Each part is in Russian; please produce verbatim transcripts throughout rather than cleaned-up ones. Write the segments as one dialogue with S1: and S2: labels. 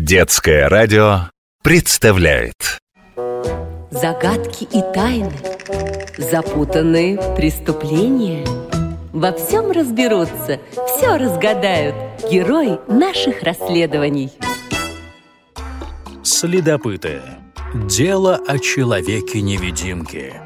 S1: Детское радио представляет
S2: Загадки и тайны, запутанные преступления. Во всем разберутся, все разгадают герои наших расследований.
S3: Следопыты. Дело о человеке-невидимке.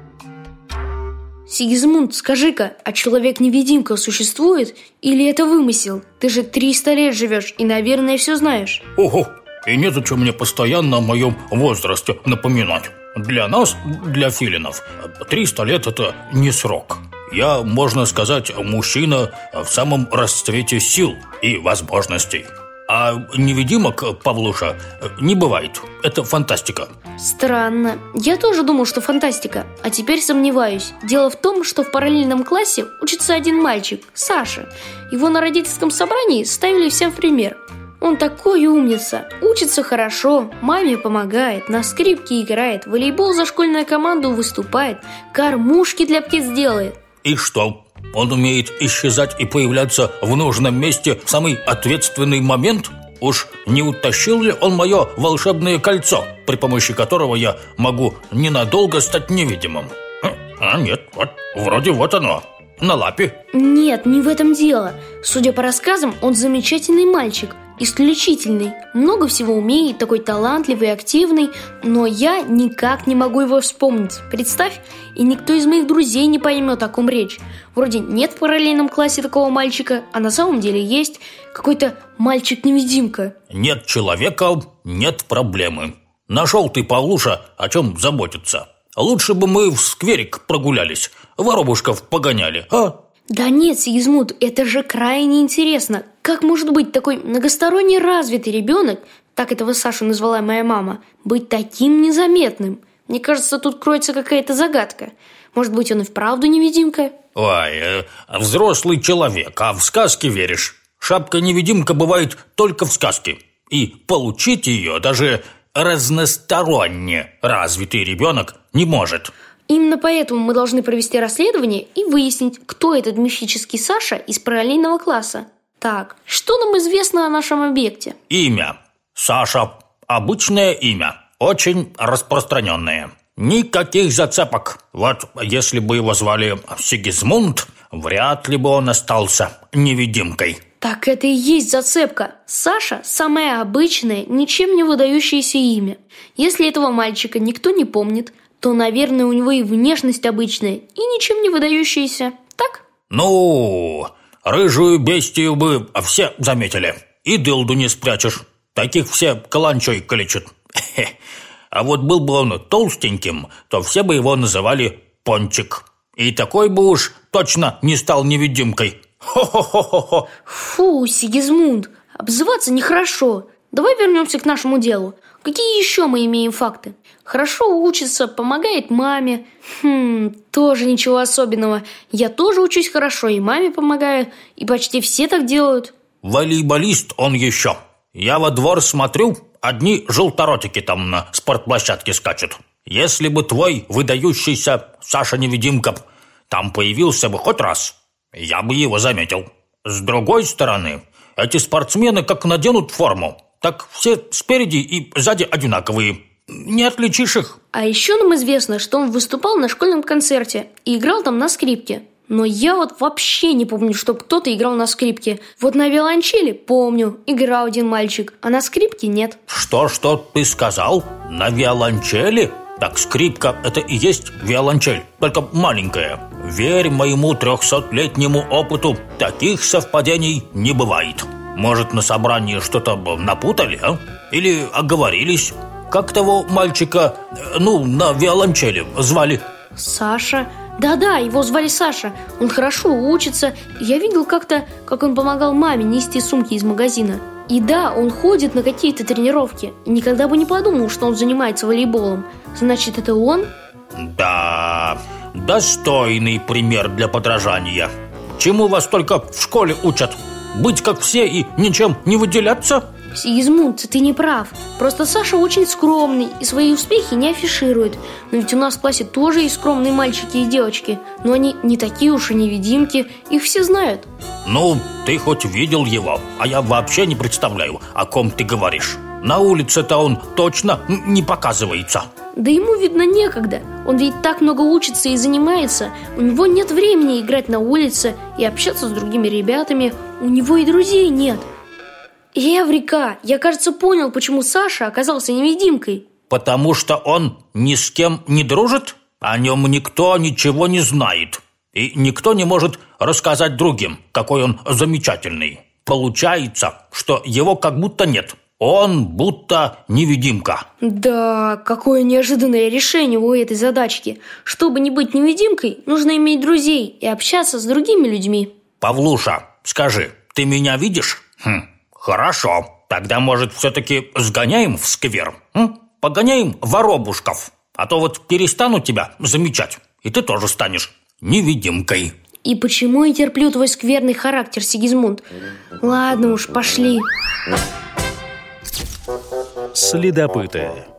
S4: Сигизмунд, скажи-ка, а человек-невидимка существует или это вымысел? Ты же триста лет живешь и, наверное, все знаешь.
S5: Ого, и незачем мне постоянно о моем возрасте напоминать. Для нас, для филинов, триста лет – это не срок. Я, можно сказать, мужчина в самом расцвете сил и возможностей. А невидимок, Павлуша, не бывает. Это фантастика.
S4: Странно. Я тоже думал, что фантастика, а теперь сомневаюсь. Дело в том, что в параллельном классе учится один мальчик, Саша. Его на родительском собрании ставили всем в пример. Он такой умница, учится хорошо, маме помогает, на скрипке играет, в волейбол за школьную команду выступает, кормушки для птиц делает.
S5: И что? Он умеет исчезать и появляться в нужном месте в самый ответственный момент? Уж не утащил ли он мое волшебное кольцо, при помощи которого я могу ненадолго стать невидимым? А нет, вот, вроде вот оно, на лапе.
S4: Нет, не в этом дело. Судя по рассказам, он замечательный мальчик, исключительный, много всего умеет, такой талантливый, активный, но я никак не могу его вспомнить. Представь, и никто из моих друзей не поймет, о ком речь. Вроде нет в параллельном классе такого мальчика, а на самом деле есть какой-то мальчик-невидимка.
S5: Нет человека, нет проблемы. Нашел ты, Павлуша, о чем заботиться. Лучше бы мы в скверик прогулялись, воробушков погоняли, а?
S4: Да нет, Сигизмунд, это же крайне интересно. Как может быть такой многосторонне развитый ребенок, так этого Сашу назвала моя мама, быть таким незаметным? Мне кажется, тут кроется какая-то загадка. Может быть, он и вправду невидимка?
S5: Ой, э, взрослый человек, а в сказки веришь? Шапка-невидимка бывает только в сказке. И получить ее даже разносторонне развитый ребенок не может.
S4: Именно поэтому мы должны провести расследование и выяснить, кто этот мифический Саша из параллельного класса. Так, что нам известно о нашем объекте?
S5: Имя. Саша. Обычное имя. Очень распространенное. Никаких зацепок. Вот если бы его звали Сигизмунд, вряд ли бы он остался невидимкой.
S4: Так это и есть зацепка. Саша – самое обычное, ничем не выдающееся имя. Если этого мальчика никто не помнит, то, наверное, у него и внешность обычная, и ничем не выдающаяся, так?
S5: Ну, рыжую бестию бы все заметили. И дылду не спрячешь. Таких все каланчой калечат. А вот был бы он толстеньким, то все бы его называли Пончик. И такой бы уж точно не стал невидимкой. Хо-хо-хо-хо-хо.
S4: Фу, Сигизмунд, обзываться нехорошо. Давай вернемся к нашему делу. Какие еще мы имеем факты? Хорошо учится, помогает маме. Хм, тоже ничего особенного. Я тоже учусь хорошо, и маме помогаю, и почти все так делают.
S5: Волейболист он еще. Я во двор смотрю, одни желторотики там на спортплощадке скачут. Если бы твой выдающийся Саша-невидимка там появился бы хоть раз, я бы его заметил. С другой стороны, эти спортсмены как наденут форму, так все спереди и сзади одинаковые. Не отличишь их.
S4: А еще нам известно, что он выступал на школьном концерте и играл там на скрипке. Но я вот вообще не помню, чтобы кто-то играл на скрипке. Вот на виолончели помню, играл один мальчик, а на скрипке нет.
S5: Что-что ты сказал? На виолончели? Так скрипка – это и есть виолончель, только маленькая. Верь моему трехсотлетнему опыту, таких совпадений не бывает. Может, на собрании что-то напутали, а? Или оговорились? Как того мальчика, ну, на виолончели звали?
S4: Саша? Да-да, его звали Саша. Он хорошо учится. Я видел как-то, как он помогал маме нести сумки из магазина. И да, он ходит на какие-то тренировки. Никогда бы не подумал, что он занимается волейболом. Значит, это он?
S5: Да, достойный пример для подражания. Чему вас только в школе учат? Быть как все и ничем не выделяться?
S4: Сигизмунд, ты не прав. Просто Саша очень скромный и свои успехи не афиширует. Но ведь у нас в классе тоже есть скромные мальчики и девочки. Но они не такие уж и невидимки, их все знают.
S5: Ну, ты хоть видел его, а я вообще не представляю, о ком ты говоришь. На улице-то он точно не показывается.
S4: Да ему, видно, некогда. Он ведь так много учится и занимается. У него нет времени играть на улице и общаться с другими ребятами. У него и друзей нет. Эврика! Я, кажется, понял, почему Саша оказался невидимкой.
S5: Потому что он ни с кем не дружит, о нем никто ничего не знает. И никто не может рассказать другим, какой он замечательный. Получается, что его как будто нет. Он будто невидимка.
S4: Да, какое неожиданное решение у этой задачки. Чтобы не быть невидимкой, нужно иметь друзей и общаться с другими людьми.
S5: Павлуша, скажи, ты меня видишь? Хм, хорошо. Тогда, может, все-таки сгоняем в сквер? М? Погоняем воробушков. А то вот перестану тебя замечать, и ты тоже станешь невидимкой.
S4: И почему я терплю твой скверный характер, Сигизмунд? Ладно уж, пошли.
S3: Следопыты.